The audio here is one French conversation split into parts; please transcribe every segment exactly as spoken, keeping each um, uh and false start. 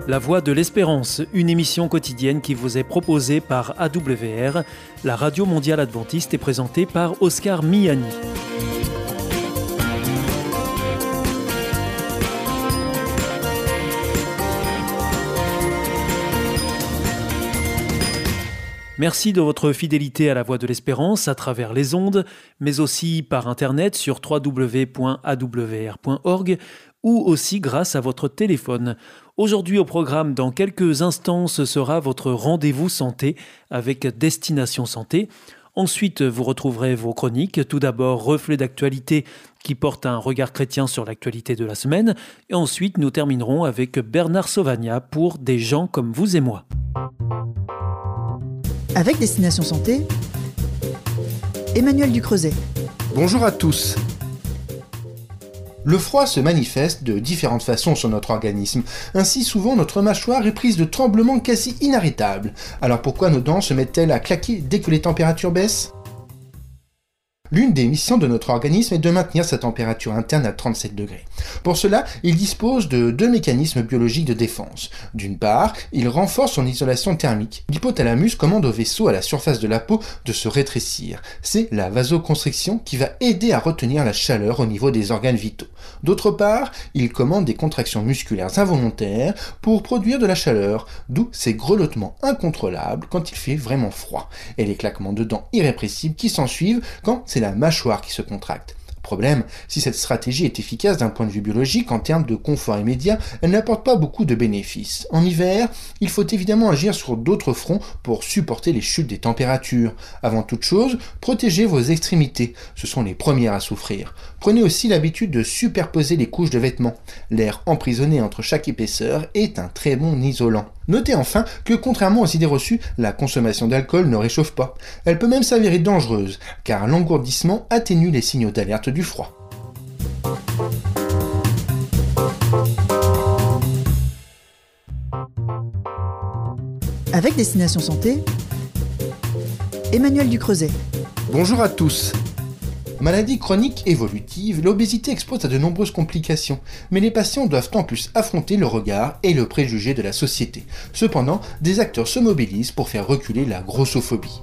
La Voix de l'Espérance, une émission quotidienne qui vous est proposée par A W R, la Radio Mondiale Adventiste, et présentée par Oscar Miani. Merci de votre fidélité à la Voix de l'Espérance à travers les ondes, mais aussi par Internet sur w w w point a w r point org ou aussi grâce à votre téléphone. Aujourd'hui au programme, dans quelques instants, ce sera votre rendez-vous santé avec Destination Santé. Ensuite, vous retrouverez vos chroniques. Tout d'abord, Reflet d'actualité qui porte un regard chrétien sur l'actualité de la semaine. Et ensuite, nous terminerons avec Bernard Sauvagnat pour Des gens comme vous et moi. Avec Destination Santé, Emmanuel Ducreuset. Bonjour à tous. Le froid se manifeste de différentes façons sur notre organisme. Ainsi, souvent, notre mâchoire est prise de tremblements quasi inarrêtables. Alors pourquoi nos dents se mettent-elles à claquer dès que les températures baissent ? L'une des missions de notre organisme est de maintenir sa température interne à trente-sept degrés. Pour cela, il dispose de deux mécanismes biologiques de défense. D'une part, il renforce son isolation thermique. L'hypothalamus commande au vaisseau à la surface de la peau de se rétrécir. C'est la vasoconstriction qui va aider à retenir la chaleur au niveau des organes vitaux. D'autre part, il commande des contractions musculaires involontaires pour produire de la chaleur, d'où ces grelottements incontrôlables quand il fait vraiment froid, et les claquements de dents irrépressibles qui s'ensuivent quand c'est la mâchoire qui se contracte. Problème, si cette stratégie est efficace d'un point de vue biologique, en termes de confort immédiat, elle n'apporte pas beaucoup de bénéfices. En hiver, il faut évidemment agir sur d'autres fronts pour supporter les chutes des températures. Avant toute chose, protégez vos extrémités, ce sont les premières à souffrir. Prenez aussi l'habitude de superposer les couches de vêtements. L'air emprisonné entre chaque épaisseur est un très bon isolant. Notez enfin que, contrairement aux idées reçues, la consommation d'alcool ne réchauffe pas. Elle peut même s'avérer dangereuse, car l'engourdissement atténue les signaux d'alerte du froid. Avec Destination Santé, Emmanuel Ducreuset. Bonjour à tous. Maladie chronique évolutive, l'obésité expose à de nombreuses complications, mais les patients doivent en plus affronter le regard et le préjugé de la société. Cependant, des acteurs se mobilisent pour faire reculer la grossophobie.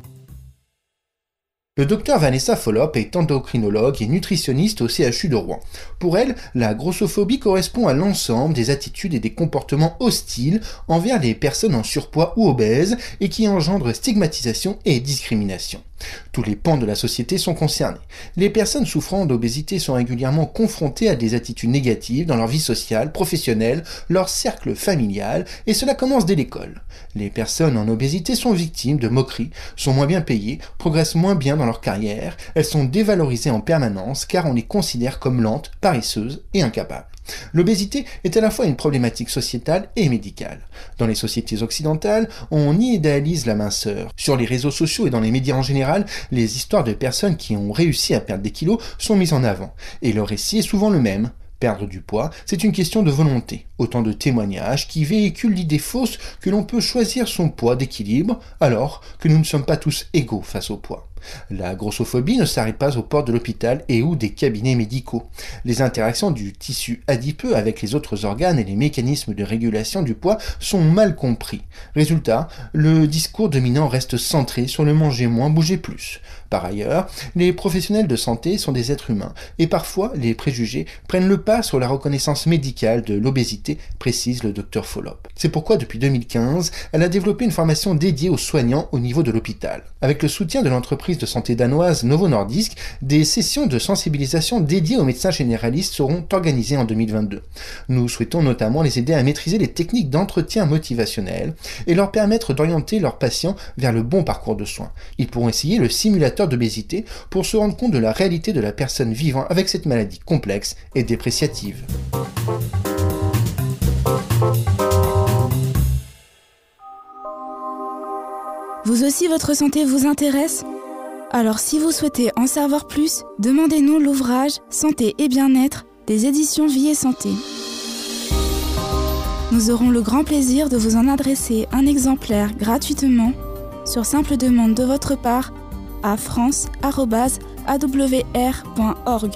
Le docteur Vanessa Follop est endocrinologue et nutritionniste au C H U de Rouen. Pour elle, la grossophobie correspond à l'ensemble des attitudes et des comportements hostiles envers les personnes en surpoids ou obèses et qui engendrent stigmatisation et discrimination. Tous les pans de la société sont concernés. Les personnes souffrant d'obésité sont régulièrement confrontées à des attitudes négatives dans leur vie sociale, professionnelle, leur cercle familial, et cela commence dès l'école. Les personnes en obésité sont victimes de moqueries, sont moins bien payées, progressent moins bien dans leur carrière, elles sont dévalorisées en permanence car on les considère comme lentes, paresseuses et incapables. L'obésité est à la fois une problématique sociétale et médicale. Dans les sociétés occidentales, on idéalise la minceur. Sur les réseaux sociaux et dans les médias en général, les histoires de personnes qui ont réussi à perdre des kilos sont mises en avant. Et le récit est souvent le même. Perdre du poids, c'est une question de volonté. Autant de témoignages qui véhiculent l'idée fausse que l'on peut choisir son poids d'équilibre, alors que nous ne sommes pas tous égaux face au poids. La grossophobie ne s'arrête pas aux portes de l'hôpital et ou des cabinets médicaux. Les interactions du tissu adipeux avec les autres organes et les mécanismes de régulation du poids sont mal compris. Résultat, le discours dominant reste centré sur le manger moins, bouger plus. Par ailleurs, les professionnels de santé sont des êtres humains et parfois les préjugés prennent le pas sur la reconnaissance médicale de l'obésité, précise le docteur Follop. C'est pourquoi depuis deux mille quinze, elle a développé une formation dédiée aux soignants au niveau de l'hôpital. Avec le soutien de l'entreprise de santé danoise Novo Nordisk, des sessions de sensibilisation dédiées aux médecins généralistes seront organisées en deux mille vingt-deux. Nous souhaitons notamment les aider à maîtriser les techniques d'entretien motivationnel et leur permettre d'orienter leurs patients vers le bon parcours de soins. Ils pourront essayer le simulateur d'obésité pour se rendre compte de la réalité de la personne vivant avec cette maladie complexe et dépréciative. Vous aussi, votre santé vous intéresse ? Alors si vous souhaitez en savoir plus, demandez-nous l'ouvrage Santé et bien-être des éditions Vie et Santé. Nous aurons le grand plaisir de vous en adresser un exemplaire gratuitement sur simple demande de votre part à france arobase a w r point org.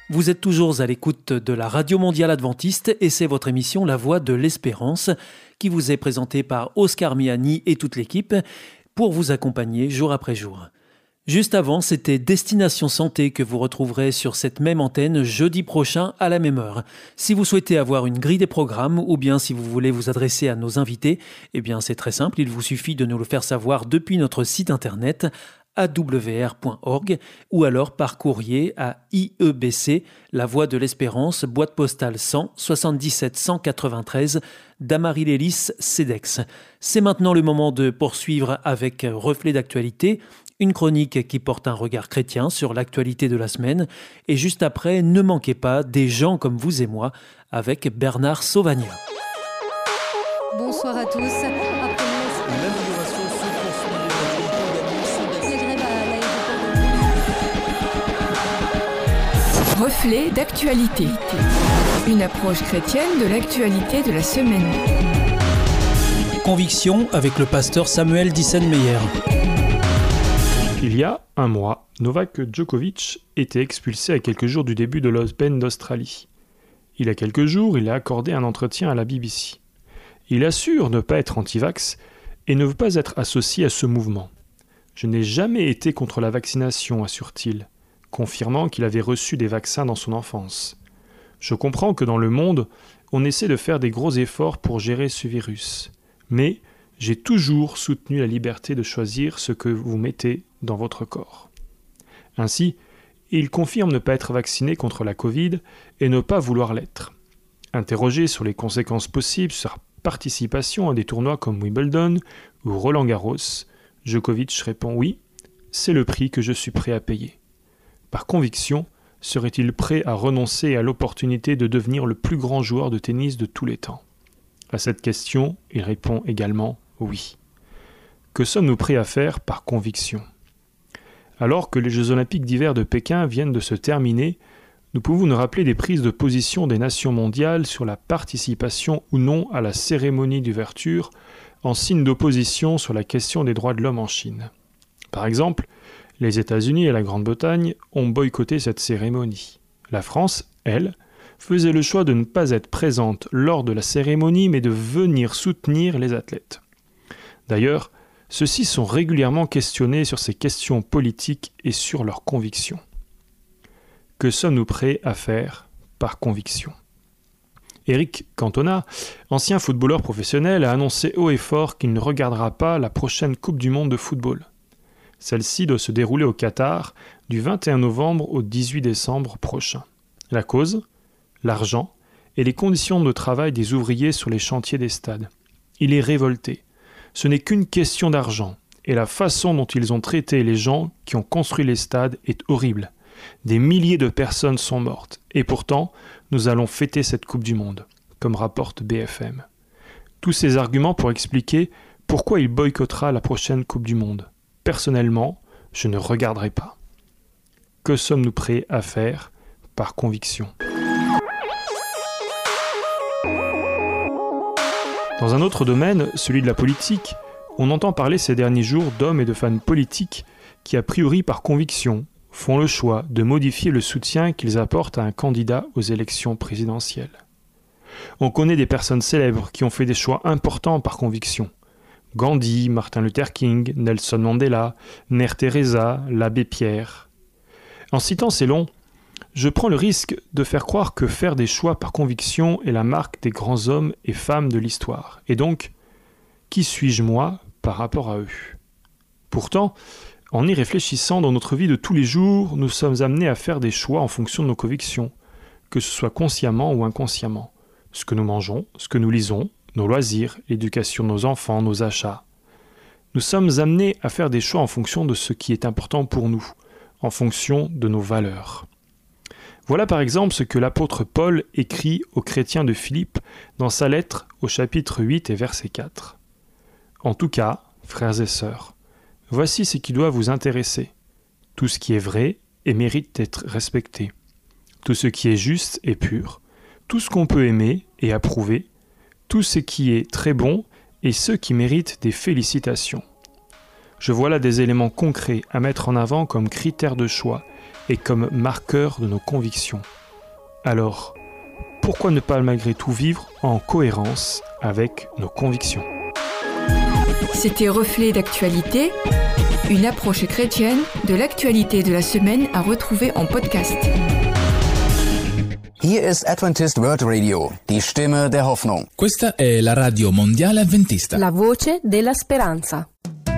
Vous êtes toujours à l'écoute de la Radio Mondiale Adventiste et c'est votre émission La Voix de l'Espérance qui vous est présentée par Oscar Miani et toute l'équipe pour vous accompagner jour après jour. Juste avant, c'était Destination Santé que vous retrouverez sur cette même antenne jeudi prochain à la même heure. Si vous souhaitez avoir une grille des programmes ou bien si vous voulez vous adresser à nos invités, eh bien c'est très simple, il vous suffit de nous le faire savoir depuis notre site internet a w r point org ou alors par courrier à I E B C, La Voix de l'Espérance, boîte postale cent, soixante-dix-sept cent quatre-vingt-treize, Damary-Lélis, Cedex. C'est maintenant le moment de poursuivre avec Reflet d'actualité, une chronique qui porte un regard chrétien sur l'actualité de la semaine. Et juste après, ne manquez pas Des gens comme vous et moi avec Bernard Sauvagnat. Bonsoir à tous. Après L'amélioration se poursuit. les grèves à l'aéroport de Reflet d'actualité. Une approche chrétienne de l'actualité de la semaine. Conviction avec le pasteur Samuel Dissenmeyer. Il y a un mois, Novak Djokovic était expulsé à quelques jours du début de l'Open d'Australie. Il y a quelques jours, il a accordé un entretien à la B B C. Il assure ne pas être anti-vax et ne veut pas être associé à ce mouvement. « Je n'ai jamais été contre la vaccination », assure-t-il, confirmant qu'il avait reçu des vaccins dans son enfance. « Je comprends que dans le monde, on essaie de faire des gros efforts pour gérer ce virus. Mais j'ai toujours soutenu la liberté de choisir ce que vous mettez dans votre corps. » Ainsi, il confirme ne pas être vacciné contre la Covid et ne pas vouloir l'être. Interrogé sur les conséquences possibles sur sa participation à des tournois comme Wimbledon ou Roland-Garros, Djokovic répond « Oui, c'est le prix que je suis prêt à payer. » Par conviction, serait-il prêt à renoncer à l'opportunité de devenir le plus grand joueur de tennis de tous les temps ? À cette question, il répond également « Oui ». Que sommes-nous prêts à faire par conviction ? Alors que les Jeux Olympiques d'hiver de Pékin viennent de se terminer, nous pouvons nous rappeler des prises de position des nations mondiales sur la participation ou non à la cérémonie d'ouverture en signe d'opposition sur la question des droits de l'homme en Chine. Par exemple, les États-Unis et la Grande-Bretagne ont boycotté cette cérémonie. La France, elle, faisait le choix de ne pas être présente lors de la cérémonie mais de venir soutenir les athlètes. D'ailleurs, ceux-ci sont régulièrement questionnés sur ces questions politiques et sur leurs convictions. Que sommes-nous prêts à faire par conviction ? Eric Cantona, ancien footballeur professionnel, a annoncé haut et fort qu'il ne regardera pas la prochaine Coupe du Monde de football. Celle-ci doit se dérouler au Qatar du vingt et un novembre au dix-huit décembre prochain. La cause ? L'argent et les conditions de travail des ouvriers sur les chantiers des stades. Il est révolté. Ce n'est qu'une question d'argent, et la façon dont ils ont traité les gens qui ont construit les stades est horrible. Des milliers de personnes sont mortes, et pourtant, nous allons fêter cette Coupe du Monde, comme rapporte B F M. Tous ces arguments pour expliquer pourquoi il boycottera la prochaine Coupe du Monde. Personnellement, je ne regarderai pas. Que sommes-nous prêts à faire par conviction ? Dans un autre domaine, celui de la politique, on entend parler ces derniers jours d'hommes et de femmes politiques qui, a priori par conviction, font le choix de modifier le soutien qu'ils apportent à un candidat aux élections présidentielles. On connaît des personnes célèbres qui ont fait des choix importants par conviction. Gandhi, Martin Luther King, Nelson Mandela, Mère Teresa, l'abbé Pierre. En citant ces noms, je prends le risque de faire croire que faire des choix par conviction est la marque des grands hommes et femmes de l'histoire. Et donc, qui suis-je moi par rapport à eux ? Pourtant, en y réfléchissant dans notre vie de tous les jours, nous sommes amenés à faire des choix en fonction de nos convictions, que ce soit consciemment ou inconsciemment. Ce que nous mangeons, ce que nous lisons, nos loisirs, l'éducation de nos enfants, nos achats. Nous sommes amenés à faire des choix en fonction de ce qui est important pour nous, en fonction de nos valeurs. Voilà par exemple ce que l'apôtre Paul écrit aux chrétiens de Philippe dans sa lettre au chapitre huit et verset quatre. « En tout cas, frères et sœurs, voici ce qui doit vous intéresser. Tout ce qui est vrai et mérite d'être respecté. Tout ce qui est juste et pur. Tout ce qu'on peut aimer et approuver. Tout ce qui est très bon et ceux qui méritent des félicitations. Je vois là des éléments concrets à mettre en avant comme critères de choix et comme marqueur de nos convictions. Alors, pourquoi ne pas malgré tout vivre en cohérence avec nos convictions ? C'était Reflet d'actualité, une approche chrétienne de l'actualité de la semaine à retrouver en podcast. Hier ist Adventist World Radio, die Stimme der Hoffnung. Questa è la radio mondiale adventista. La voce della speranza.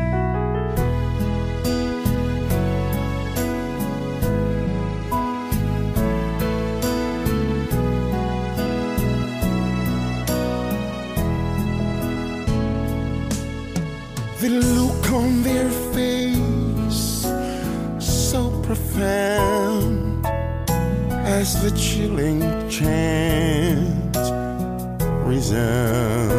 The look on their face, so profound, as the chilling chant resound.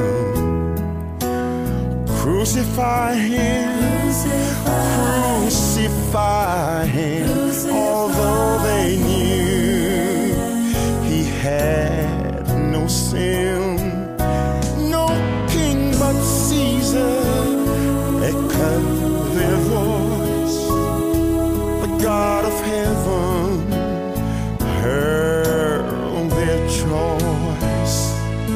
Crucify him, crucify, crucify him, crucify. Although they knew he had no sin, no king but Caesar echoed their voice. The God of heaven heard their choice.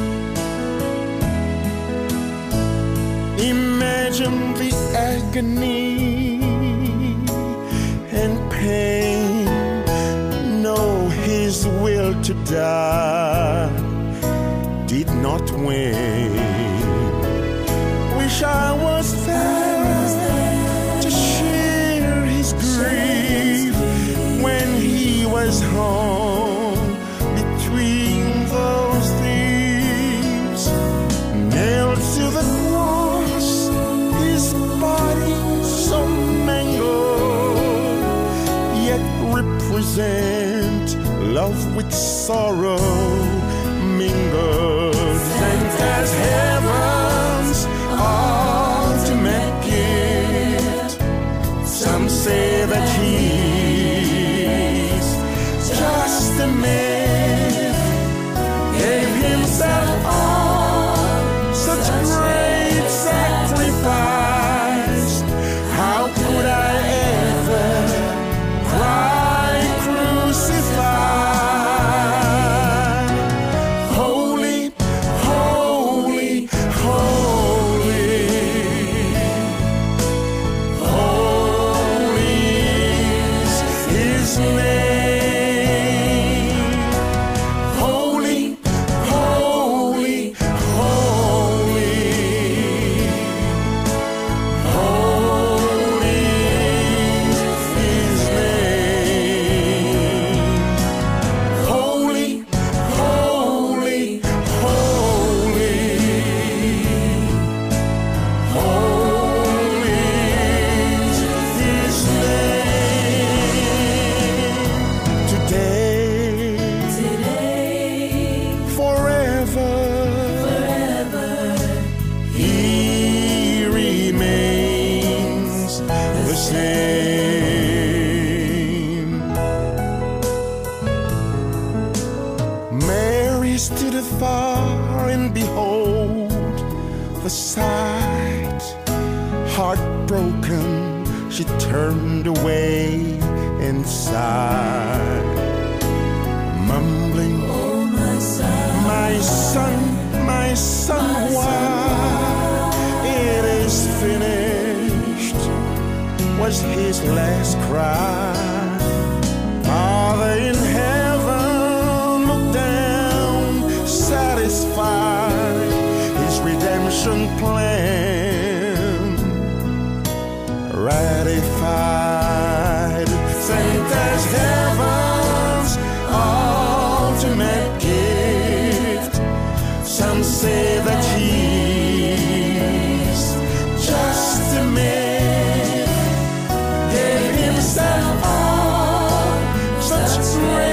Imagine the agony and pain. Know his will to die did not wane. Wish I was there to share his grief when he was home between those thieves. Nailed to the cross, his body so mangled, yet represent love with sorrow mingled. Sent as heaven's ultimate gift. Some say that he's just a myth. Gave himself all, such great sacrifice. How could I ever cry crucified? Holy, holy, holy. Holy is his name. Holy, holy, holy. Holy is his name. Holy, holy, holy. Holy is his name. Today, forever, he remains the same. Mary stood afar and behold the sight. Heartbroken, she turned away and sighed, mumbling, oh, my son, my son, my son, why? It is finished, was his last cry. Father in heaven, look down, satisfied, his redemption plan ratified. Sent as heaven's ultimate gift. Some say that he's just a myth. Gave himself all, such great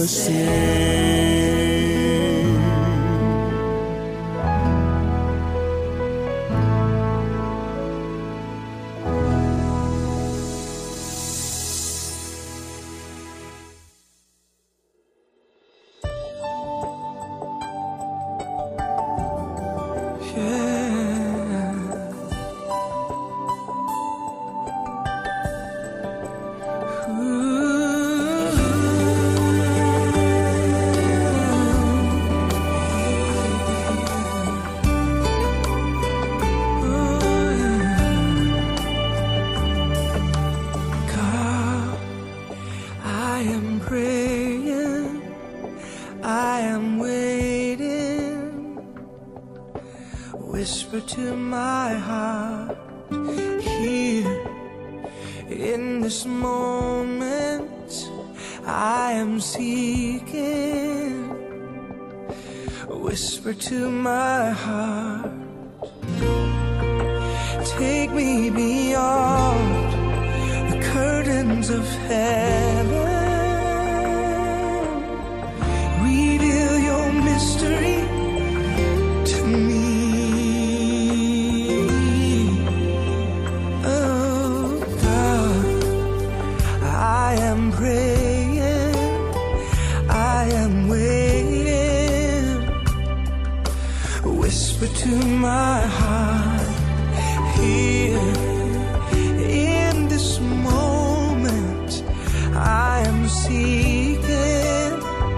the same. Whisper to my heart here in this moment I am seeking. Whisper to my heart, take me beyond the curtains of heaven. Reveal your mystery to me. To my heart here in this moment I am seeking.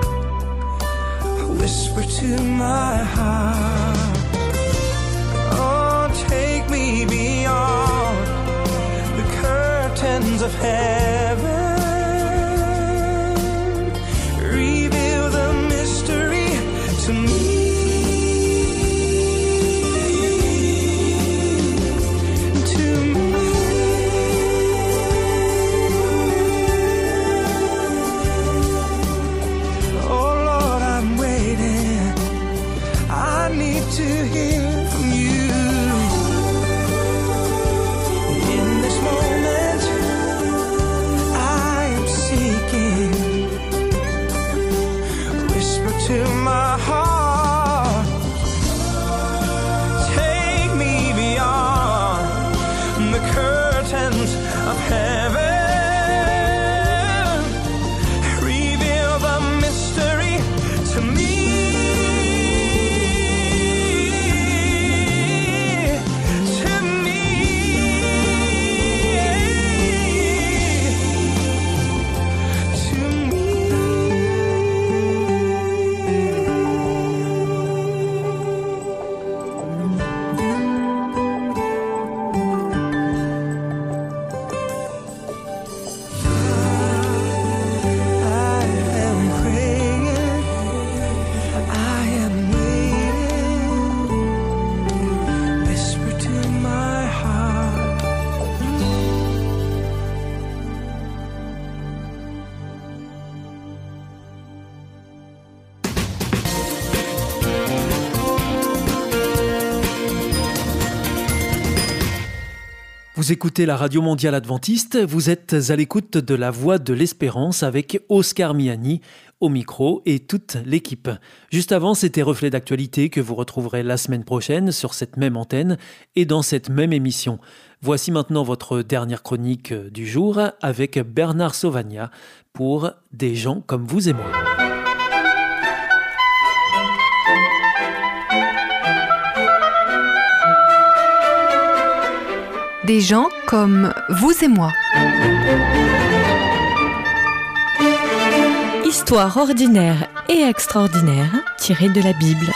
Whisper to my heart, oh, take me beyond the curtains of heaven. Reveal the mystery to me. Vous écoutez la Radio Mondiale Adventiste, vous êtes à l'écoute de La Voix de l'Espérance avec Oscar Miani au micro et toute l'équipe. Juste avant, c'était Reflet d'actualité que vous retrouverez la semaine prochaine sur cette même antenne et dans cette même émission. Voici maintenant votre dernière chronique du jour avec Bernard Sauvagnat pour Des gens comme vous et moi. Des gens comme vous et moi. Histoire ordinaire et extraordinaire tirée de la Bible.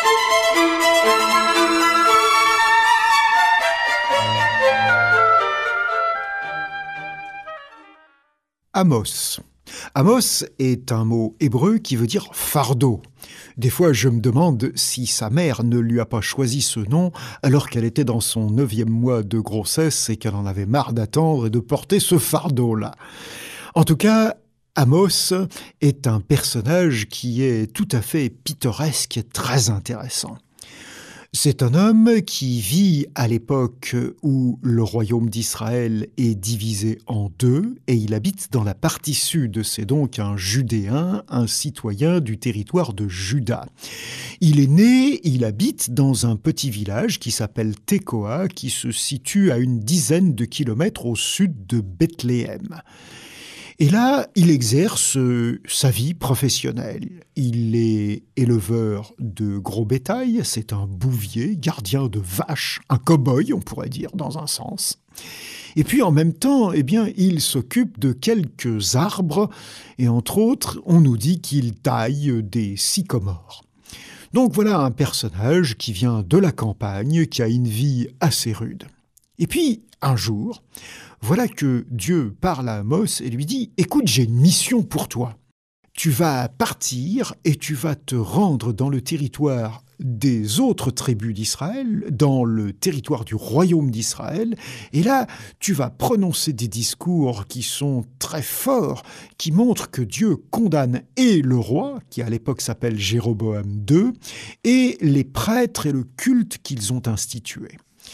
Amos. Amos est un mot hébreu qui veut dire fardeau. Des fois, je me demande si sa mère ne lui a pas choisi ce nom alors qu'elle était dans son neuvième mois de grossesse et qu'elle en avait marre d'attendre et de porter ce fardeau-là. En tout cas, Amos est un personnage qui est tout à fait pittoresque et très intéressant. C'est un homme qui vit à l'époque où le royaume d'Israël est divisé en deux et il habite dans la partie sud. C'est donc un Judéen, un citoyen du territoire de Juda. Il est né, il habite dans un petit village qui s'appelle Tekoa, qui se situe à une dizaine de kilomètres au sud de Bethléem. Et là, il exerce euh, sa vie professionnelle. Il est éleveur de gros bétail, c'est un bouvier, gardien de vaches, un cow-boy, on pourrait dire, dans un sens. Et puis en même temps, eh bien, il s'occupe de quelques arbres, et entre autres, on nous dit qu'il taille des sycomores. Donc voilà un personnage qui vient de la campagne, qui a une vie assez rude. Et puis, un jour, voilà que Dieu parle à Amos et lui dit « Écoute, j'ai une mission pour toi. Tu vas partir et tu vas te rendre dans le territoire des autres tribus d'Israël, dans le territoire du royaume d'Israël, et là, tu vas prononcer des discours qui sont très forts, qui montrent que Dieu condamne et le roi, qui à l'époque s'appelle Jéroboam deux, et les prêtres et le culte qu'ils ont institué. »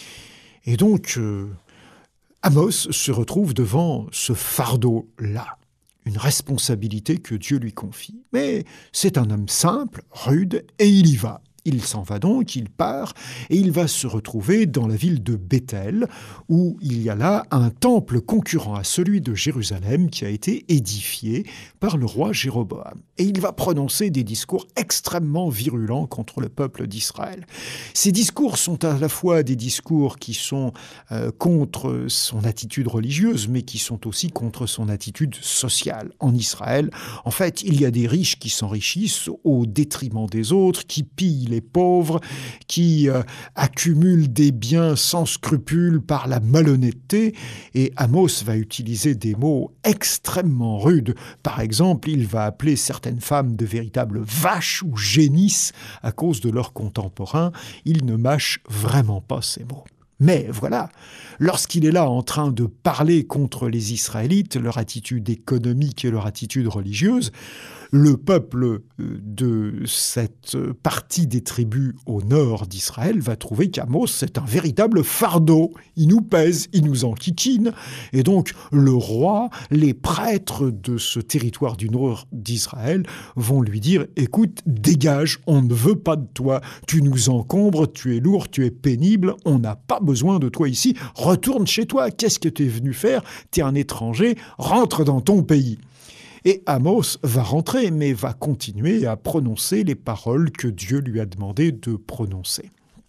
Et donc, euh, Amos se retrouve devant ce fardeau-là, une responsabilité que Dieu lui confie. Mais c'est un homme simple, rude, et il y va. Il s'en va donc, il part, et il va se retrouver dans la ville de Béthel, où il y a là un temple concurrent à celui de Jérusalem qui a été édifié par le roi Jéroboam. Et il va prononcer des discours extrêmement virulents contre le peuple d'Israël. Ces discours sont à la fois des discours qui sont euh, contre son attitude religieuse, mais qui sont aussi contre son attitude sociale. En Israël, en fait, il y a des riches qui s'enrichissent au détriment des autres, qui pillent les pauvres, qui euh, accumulent des biens sans scrupule par la malhonnêteté. Et Amos va utiliser des mots extrêmement rudes. Par exemple, il va appeler certaines femmes de véritables vaches ou génisses à cause de leurs contemporains. Il ne mâche vraiment pas ces mots. Mais voilà, lorsqu'il est là en train de parler contre les Israélites, leur attitude économique et leur attitude religieuse, le peuple de cette partie des tribus au nord d'Israël va trouver qu'Amos, c'est un véritable fardeau. Il nous pèse, il nous enquiquine. Et donc, le roi, les prêtres de ce territoire du nord d'Israël vont lui dire « Écoute, dégage, on ne veut pas de toi. Tu nous encombres, tu es lourd, tu es pénible, on n'a pas besoin de toi ici. Retourne chez toi, qu'est-ce que tu es venu faire? Tu es un étranger, rentre dans ton pays. » Et Amos va rentrer, mais va continuer à prononcer les paroles que Dieu lui a demandé de prononcer.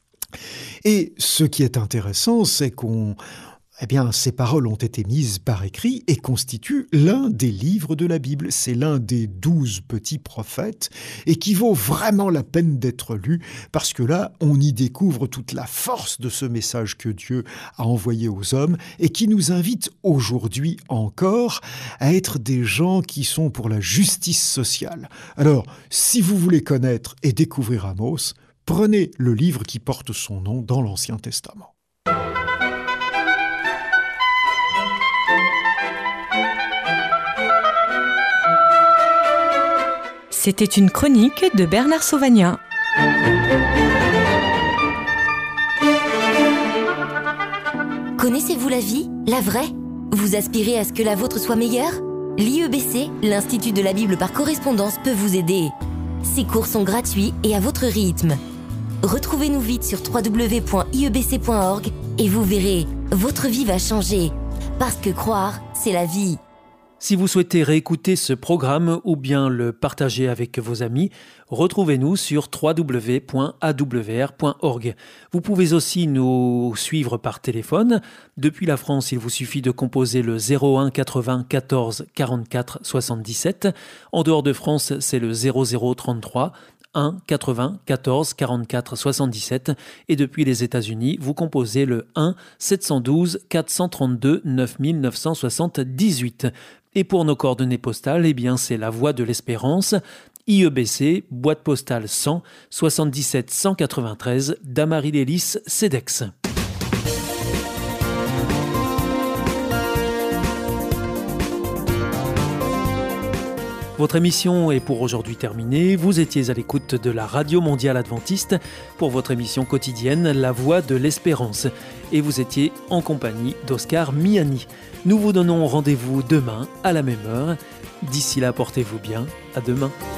Et ce qui est intéressant, c'est qu'on... Eh bien, ces paroles ont été mises par écrit et constituent l'un des livres de la Bible. C'est l'un des douze petits prophètes et qui vaut vraiment la peine d'être lu parce que là, on y découvre toute la force de ce message que Dieu a envoyé aux hommes et qui nous invite aujourd'hui encore à être des gens qui sont pour la justice sociale. Alors, si vous voulez connaître et découvrir Amos, prenez le livre qui porte son nom dans l'Ancien Testament. C'était une chronique de Bernard Sauvagnat. Connaissez-vous la vie, la vraie? Vous aspirez à ce que la vôtre soit meilleure? L'I E B C, l'Institut de la Bible par correspondance, peut vous aider. Ces cours sont gratuits et à votre rythme. Retrouvez-nous vite sur w w w point i e b c point org et vous verrez, votre vie va changer. Parce que croire, c'est la vie. Si vous souhaitez réécouter ce programme ou bien le partager avec vos amis, retrouvez-nous sur w w w point a w r point org. Vous pouvez aussi nous suivre par téléphone. Depuis la France, il vous suffit de composer le zéro un quatre-vingts quatorze quarante-quatre soixante-dix-sept. En dehors de France, c'est le zéro zéro trente-trois un quatre-vingts quatorze quarante-quatre soixante-dix-sept et depuis les États-Unis, vous composez le un sept cent douze quatre cent trente-deux neuf mille neuf cent soixante-dix-huit. Et pour nos coordonnées postales, eh bien c'est la Voie de l'Espérance, I E B C, boîte postale cent, soixante-dix-sept cent quatre-vingt-treize, Damary-Lélis, Cedex. Votre émission est pour aujourd'hui terminée. Vous étiez à l'écoute de la Radio Mondiale Adventiste pour votre émission quotidienne La Voix de l'Espérance. Et vous étiez en compagnie d'Oscar Miani. Nous vous donnons rendez-vous demain à la même heure. D'ici là, portez-vous bien. À demain.